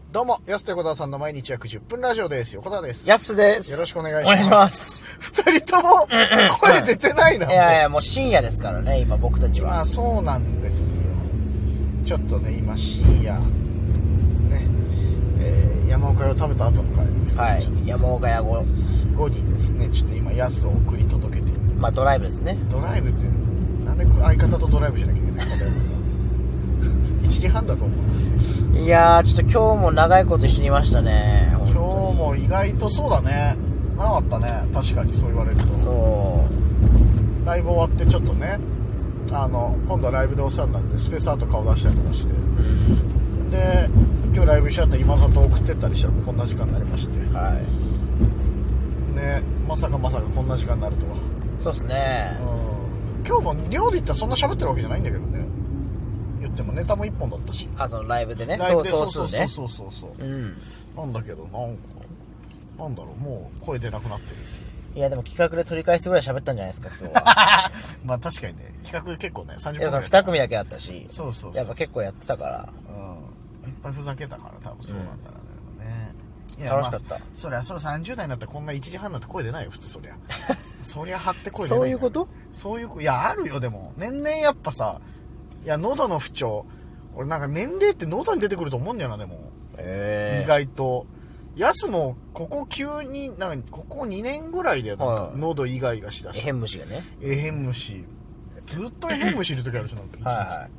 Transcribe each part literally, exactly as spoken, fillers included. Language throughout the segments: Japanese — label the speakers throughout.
Speaker 1: どうも、安手小沢さんの毎日約じゅっぷんラジオです。横田です。
Speaker 2: 安です。
Speaker 1: よろしくお願いします。
Speaker 2: お願いします。
Speaker 1: 二人とも声出てないな。
Speaker 2: いやいや、もう深夜ですからね、今僕たちは。
Speaker 1: まあそうなんですよ。ちょっとね、今深夜、ね、えー、山岡屋を食べた後の回ですけど、
Speaker 2: はい、山岡屋後
Speaker 1: 後にですね、ちょっと今安を送り届けてる。
Speaker 2: まあドライブですね。
Speaker 1: ドライブってなんで相方とドライブしなきゃいけないのいちじはんだぞ。
Speaker 2: いやー、ちょっと今日も長いこと一緒にいましたね。
Speaker 1: 今日も意外とそうだね、なかったね。確かにそう言われると。
Speaker 2: そう
Speaker 1: ライブ終わってちょっとね、あの今度はライブでお世話になってスペースアート顔出したりとかして、で今日ライブ一緒だったら今里送ってったりしたらこんな時間になりまして、
Speaker 2: はい
Speaker 1: ね、まさかまさかこんな時間になるとは。
Speaker 2: そうっすね。
Speaker 1: うん、今日も量で言ったらそんな喋ってるわけじゃないんだけどね。言ってもネタもいっぽんだったし、
Speaker 2: あ、そのライブでね、
Speaker 1: ライブで
Speaker 2: そうそうそうね、
Speaker 1: そうそうそうそう、
Speaker 2: うん、
Speaker 1: なんだけどなんかなんだろう、もう声出なくなってる。
Speaker 2: いやでも企画で取り返すぐらい喋ったんじゃないですか今日は。
Speaker 1: まあ確かにね、企画結構ねさんじゅっぷん
Speaker 2: いや、そのに組だけあったし、
Speaker 1: そうそうそう、
Speaker 2: やっぱ結構やってたから、
Speaker 1: うん、いっぱいふざけたから多分そうなんだろうね、うん、いや
Speaker 2: 楽しかった、
Speaker 1: まあ、そりゃそれさんじゅう代になったらこんないちじはんなんて声出ないよ普通。そりゃそりゃ張って声出ない。
Speaker 2: そういうこと？
Speaker 1: そういう、いやあるよ。でも年々やっぱさ、いや喉の不調、俺なんか年齢って喉に出てくると思うんだよな。でも、えー、意外とヤスもここ急になんかここにねんぐらいでなんか喉イガイガしだした。
Speaker 2: エヘン虫がね、
Speaker 1: エヘン虫ずっとエヘン虫いる時あるし、なんか一日はい、はい、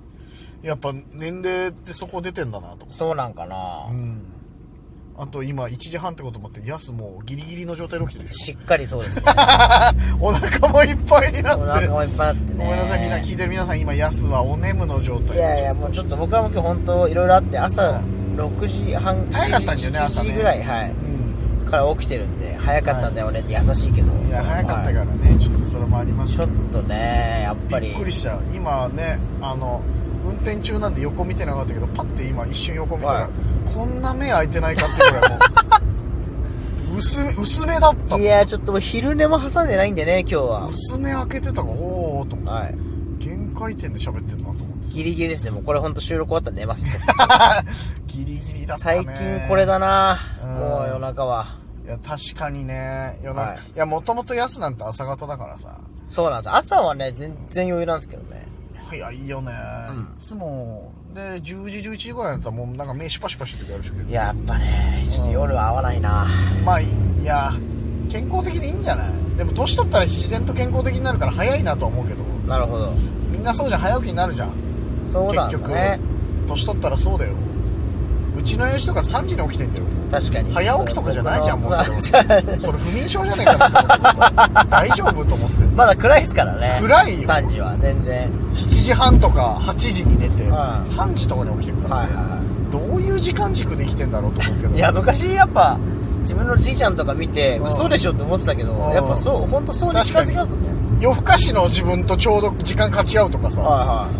Speaker 1: やっぱ年齢ってそこ出てんだなと思って。
Speaker 2: そうなんかな。うん。
Speaker 1: あと今いちじはんってこともあってヤスもうギリギリの状態で起きてるでし
Speaker 2: ょ。しっかりそうですね。
Speaker 1: お腹もいっぱいになって、
Speaker 2: お腹もいっぱいになってね。
Speaker 1: ごめんなさい、みんな聞いてる皆さん、今ヤスはお眠の状態。
Speaker 2: いやいや、もうちょっと僕はもう今日本当いろいろあって朝ろくじはん、
Speaker 1: 早かったんだよね、朝ね。
Speaker 2: しちじぐらい、はい、うん、から起きてるんで早かったんだよねって優しいけど。
Speaker 1: いや早かったからね、はい、ちょっとそれもあります
Speaker 2: けど。ちょっとね、やっぱり
Speaker 1: びっくりしちゃう。今ね、あの運転中なんで横見てなかったけど、パッて今一瞬横見たら、はい、こんな目開いてないかってぐらいもう薄め、薄めだった。
Speaker 2: いやちょっともう昼寝も挟んでないんでね今日は。
Speaker 1: 薄め開けてたから、おーと思って、はい、限界点で喋ってるなと思って。
Speaker 2: ギリギリですね。もうこれほんと収録終わったら寝ます
Speaker 1: ギリギリだったね。
Speaker 2: 最近これだな、もう夜中は。
Speaker 1: いや確かにね、夜中、はい、いやもともとヤスなんて朝方だからさ。
Speaker 2: そうなんです。朝はね全然余裕なんですけどね。
Speaker 1: 早いよね、うん、いつもでじゅうじじゅういちじぐらいだったらもうなんか目シュパシュパしてる時あるし。
Speaker 2: いややっぱねちょっと夜は合わないな、
Speaker 1: うん、まあいや健康的でいいんじゃない。でも年取ったら自然と健康的になるから早いなとは思うけど。
Speaker 2: なるほど。
Speaker 1: みんなそうじゃん、早起きになるじゃん。
Speaker 2: そうなんですね。
Speaker 1: 結局年取ったらそうだよ。うちの親父とかさんじに起きてんだよ。
Speaker 2: 確かに
Speaker 1: 早起きとかじゃないじゃん、もうそれそれ不眠症じゃねえかなと思ってさ大丈夫と思って
Speaker 2: まだ暗いですからね。
Speaker 1: 暗いよ。
Speaker 2: さんじは全然
Speaker 1: しちじはんとかはちじに寝て、うん、さんじとかに起きてるからさ、はいはいはい、どういう時間軸で生きてんだろうと思うけど。
Speaker 2: いや昔やっぱ自分のじいちゃんとか見て、うん、嘘でしょって思ってたけど、うん、やっぱそう本当そうに近づきますね。
Speaker 1: 夜更かしの自分とちょうど時間勝ち合うとかさ、はいはい、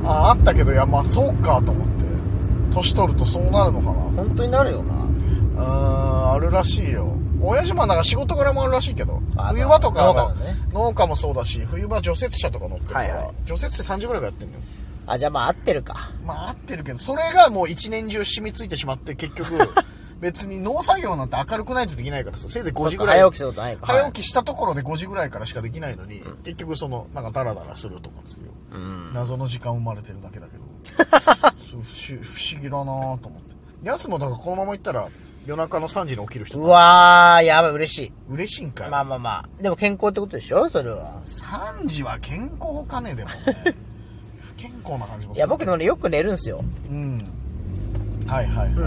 Speaker 1: あ, あったけど、いやまあそうかと思って、年取るとそうなるのかな。
Speaker 2: 本当になるよな。
Speaker 1: うーん、あるらしいよ。親父もなんか仕事柄もあるらしいけど、冬場とか農家、ね、農家もそうだし、冬場除雪車とか乗ってるから、はいはい、除雪ってさんじぐらいからやってんのよ。
Speaker 2: あ、じゃあまあ合ってるか。
Speaker 1: まあ合ってるけど、それがもう一年中染みついてしまって、結局別に農作業なんて明るくないとできないからさ、せいぜいごじぐらい。
Speaker 2: 早起きすることないか。
Speaker 1: 早起きしたところでごじぐらいからしかできないのに、うん、結局そのなんかダラダラするとかですよ、うん、謎の時間生まれてるだけだけどそう不思議だなと思って。ヤスもだからこのまま行ったら夜中のさんじに起きる人。
Speaker 2: うわー、やばい、嬉しい。
Speaker 1: 嬉しいんかい。
Speaker 2: まあまあまあ、でも健康ってことでしょそれは。
Speaker 1: さんじは健康かね。でもね不健康な感じもする。
Speaker 2: いや僕でもねよく寝るんすよ。
Speaker 1: うん、はいはいはい、うん、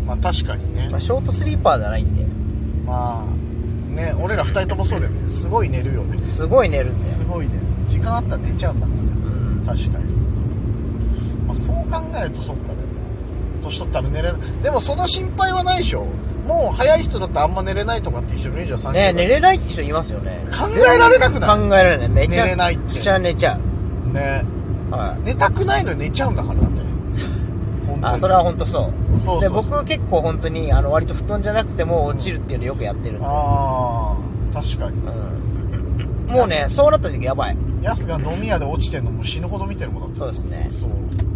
Speaker 1: まあ確かにね、
Speaker 2: まあ、ショートスリーパーじゃないんで、
Speaker 1: まあね、俺らふたりともそうだよね。すごい寝るよね。
Speaker 2: すごい寝るんだよ。
Speaker 1: すごいね。時間あったら寝ちゃうんだからね、うん、確かに。まあそう考えるとそっかね、年取ったら寝れない。でもその心配はないでしょ。もう早い人だってあんま寝れないとかっていう人いるじゃん。さんじゅう
Speaker 2: ね、寝れないって人いますよね。
Speaker 1: 考えられなくない？
Speaker 2: 考えられない。めちゃ
Speaker 1: 寝れないって
Speaker 2: くちゃ寝ちゃう
Speaker 1: ね、はい、寝たくないのに寝ちゃうんだから。だって
Speaker 2: あ、それは本当そう。
Speaker 1: そうそうそう。
Speaker 2: で僕結構本当にあの割と布団じゃなくても落ちるっていうのよくやってるんで。
Speaker 1: ああ確かに、
Speaker 2: うん、もうねそうなった時やばい。
Speaker 1: ヤスが飲み屋で落ちてんのも死ぬほど見てるもんだって。
Speaker 2: そうですね。
Speaker 1: そう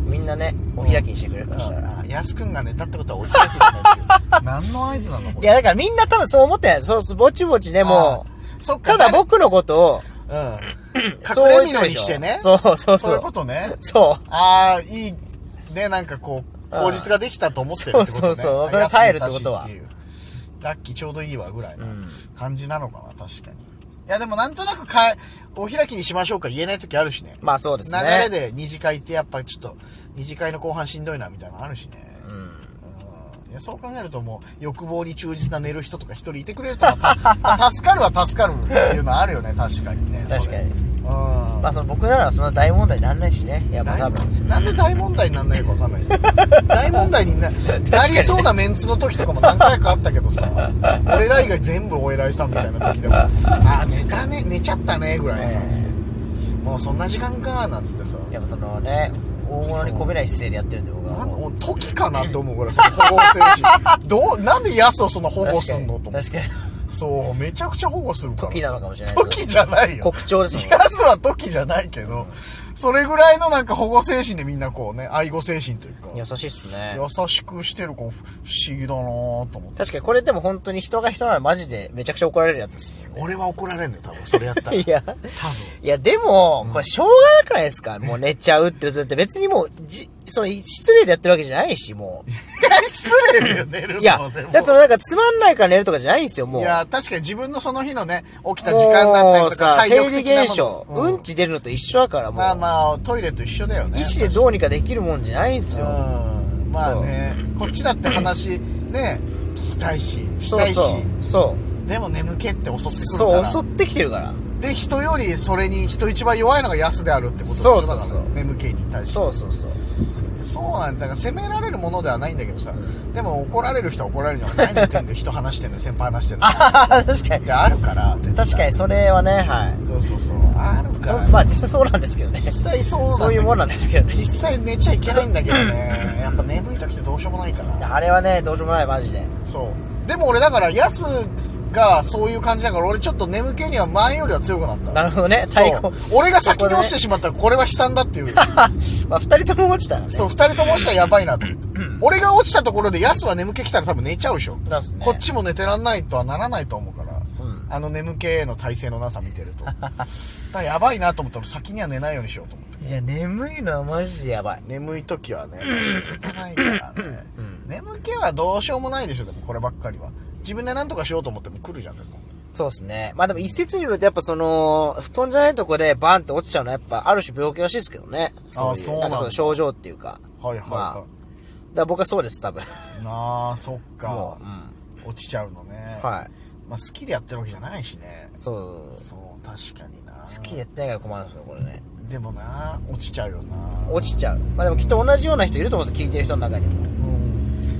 Speaker 2: みんなねお開きにしてくれるかもしれない。
Speaker 1: やすくんが寝たってことはお開きになってる何の合図なのこれ。
Speaker 2: いやだからみんな多分そう思ってない。そうそうぼちぼちねもう
Speaker 1: そっか
Speaker 2: ただ僕のことを
Speaker 1: うん隠れみのにしてね。
Speaker 2: そうそうそう
Speaker 1: そういうことね。
Speaker 2: そう
Speaker 1: ああいいねなんかこう口実ができたと思ってるってことね。
Speaker 2: そうそうそう僕が帰るってことは
Speaker 1: ラッキーちょうどいいわぐらいの感じなのかな、確かに。いやでもなんとなくかお開きにしましょうか言えない時あるしね。
Speaker 2: まあそうですね。
Speaker 1: 流れで二次会ってやっぱちょっと二次会の後半しんどいなみたいなのあるしね。うん。うん、いやそう考えるともう欲望に忠実な寝る人とか一人いてくれるとまた助かるは助かるっていうのはあるよね、確かにね。
Speaker 2: 確かに。
Speaker 1: うん。
Speaker 2: まあその僕ならそんな大問題にならないしね。やっぱ多分。
Speaker 1: なんで大問題にならないかわかんない。大問題に な, なりそうなメンツの時とかも何回かあったけどさ、俺ら以外全部お偉いさんみたいな時でも、あー寝たね、寝ちゃったねぐらいの感じで、もうそんな時間かなんつってさ。
Speaker 2: やっぱそのね、大物に込めない姿勢でやってるんで僕は。
Speaker 1: なんの時かなって思うぐらい、その保護精神。どう、なんでヤスをそんな保護すんのと思って。
Speaker 2: 確かに。
Speaker 1: そう、めちゃくちゃ保護するから。
Speaker 2: 時なのかもしれない
Speaker 1: です。時じゃないよ。
Speaker 2: 国鳥ですもんね。
Speaker 1: ヤスは時じゃないけど、うん、それぐらいのなんか保護精神でみんなこうね、愛護精神というか。
Speaker 2: 優しいっすね。
Speaker 1: 優しくしてる子不思議だなぁと思って。
Speaker 2: 確かにこれでも本当に人が人ならマジでめちゃくちゃ怒られるやつですよ、ね。
Speaker 1: 俺は怒られんのよ、多分。それやったら。い
Speaker 2: や、多分。いや、でも、これしょうがなくないですか、うん、もう寝ちゃうって言って別にもう、じ、その、失礼でやってるわけじゃないし、もう。
Speaker 1: 失礼だよ、寝るの。
Speaker 2: いや、だってそのなんかつまんないから寝るとかじゃないんですよ、もう。
Speaker 1: いや、確かに自分のその日のね、起きた時間だったりとか、
Speaker 2: 体力的なもの。生理現象、うん、うんち出るのと一緒だからもう。
Speaker 1: まあまあ、トイレと一緒だよね。
Speaker 2: 意思でどうにかできるもんじゃないんですよ。
Speaker 1: うん。まあね、こっちだって話、ね、聞きたいし、したいし。
Speaker 2: そうそう。そう。
Speaker 1: でも眠気って襲ってくるから。
Speaker 2: そう、襲ってきてるから。
Speaker 1: で、人よりそれに人一番弱いのがヤスであるってことで
Speaker 2: しょ。そうそうそう。
Speaker 1: 眠気に対して。
Speaker 2: そうそうそう。
Speaker 1: そうなんだ。だから責められるものではないんだけどさ、うん、でも怒られる人は怒られるじゃん。何言ってんだよ、人話してんの、先輩話してんの。
Speaker 2: ああ、確かに。
Speaker 1: いや、あるから、絶対。
Speaker 2: 確かに、それはね、はい。
Speaker 1: そうそうそう。あるから、ね。
Speaker 2: まあ、実際そうなんですけどね。
Speaker 1: 実際そうなんだ。
Speaker 2: そういうもんなんですけどね。
Speaker 1: 実際寝ちゃいけないんだけどね。やっぱ眠い時ってどうしようもないから。
Speaker 2: あれはね、どうしようもない、マジで。
Speaker 1: そう。でも俺だから、ヤスがそういう感じだから、俺ちょっと眠気には前よりは強くなった。
Speaker 2: なるほどね、最後。
Speaker 1: 俺が先に落ちてしまったら、これは悲惨だっていう。
Speaker 2: まあ、二人とも落ちたらね。
Speaker 1: そう、二人とも落ちたらやばいなと。俺が落ちたところで、ヤスは眠気来たら多分寝ちゃうでしょ。
Speaker 2: だすね。
Speaker 1: こっちも寝てらんないとはならないと思うから。うん、あの眠気の体勢のなさ見てると。だからやばいなと思ったら先には寝ないようにしようと思って。
Speaker 2: いや、眠いのはマジでやばい。
Speaker 1: 眠い時はね、仕方ないからね。うん、眠気はどうしようもないでしょ、でもこればっかりは。自分で何とかしようと思っても来るじゃん、でも。
Speaker 2: そうですね。まあでも一説によるとやっぱその、布団じゃないとこでバーンって落ちちゃうのはやっぱある種病気らしいですけどね。そういう。あ、そうなんだ。なんかその症状っていうか。
Speaker 1: はいはいはい。まあ、だか
Speaker 2: ら僕はそうです、多分。
Speaker 1: ああ、そっか。もう、うん。落ちちゃうのね。はい。まあ好きでやってるわけじゃないしね。
Speaker 2: そう。
Speaker 1: そう、確かにな。
Speaker 2: 好きでやってないから困るんですよ、これね。
Speaker 1: でもな、落ちちゃうよな。
Speaker 2: 落ちちゃう。まあでもきっと同じような人いると思うんですよ、聞いてる人の中にも。うん。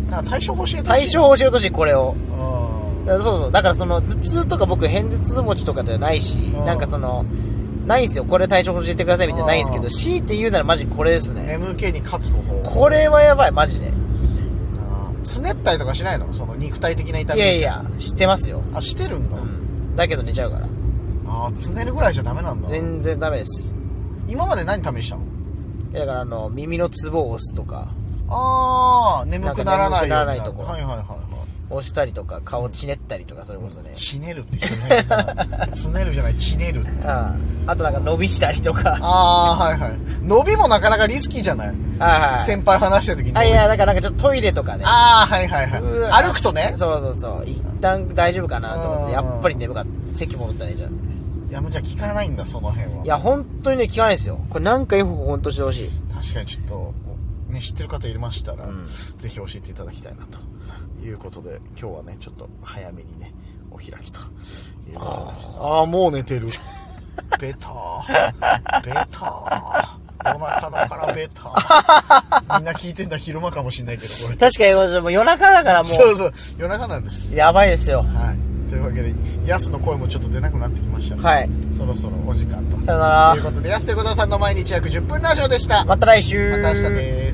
Speaker 1: だから対処法教えてほしい。
Speaker 2: 対処法教えてほしい、これを。うん。そうそう。だからその、頭痛とか僕、偏頭痛持ちとかではないし、なんかその、ないんですよ。これ対処法教えてくださいみたいなないんですけど、強いて言うならマジこれですね。
Speaker 1: 眠気に勝つ方法。
Speaker 2: これはやばい、マジで。
Speaker 1: つねったりとかしないの？その肉体的な痛み。
Speaker 2: いやいや、してますよ。
Speaker 1: あ、してるんだ。うん。
Speaker 2: だけど寝ちゃうから。
Speaker 1: ああ、つねるぐらいじゃダメなんだ。
Speaker 2: 全然ダメです。
Speaker 1: 今まで何試したの？
Speaker 2: いやだからあの、耳のツボを押すとか。
Speaker 1: ああ、眠くならないように。眠くならない
Speaker 2: とこ。
Speaker 1: はいはいはい。
Speaker 2: 押したりとか、顔ちねったりとか、それこそね。
Speaker 1: ちねるって言ってない。つねるじゃない、ちねるって。
Speaker 2: ああ。あとなんか伸びしたりとか。
Speaker 1: ああ、はいはい。伸びもなかなかリスキーじゃない？はいはい。先輩話してる時に。
Speaker 2: あ、いや、だからなんかちょっとトイレとかね。
Speaker 1: ああ、はいはいはい。歩くとね。
Speaker 2: そうそうそう。一旦大丈夫かなと思って、やっぱり眠かった。席戻ったね、じゃあ。
Speaker 1: いや、もうじゃあ聞かないんだ、その辺は。
Speaker 2: いや、本当にね、聞かないですよ。これ何回ほ本当してほしい。
Speaker 1: 確かにちょっと、ね、知ってる方いましたら、うん、ぜひ教えていただきたいなと。いうことで今日はねちょっと早めにねお開きということで、ああもう寝てるベターベター夜中だからベターみんな聞いてんだ昼間かもしんないけどこれ
Speaker 2: 確かにもう夜中だからもう
Speaker 1: そうそう夜中なんです
Speaker 2: やばいですよ。
Speaker 1: はいというわけでヤスの声もちょっと出なくなってきました、ね、
Speaker 2: はい
Speaker 1: そろそろお時間と
Speaker 2: さよなら
Speaker 1: ということでヤスということさんの毎日約じゅっぷんラジオでした。
Speaker 2: また来週
Speaker 1: また明日です。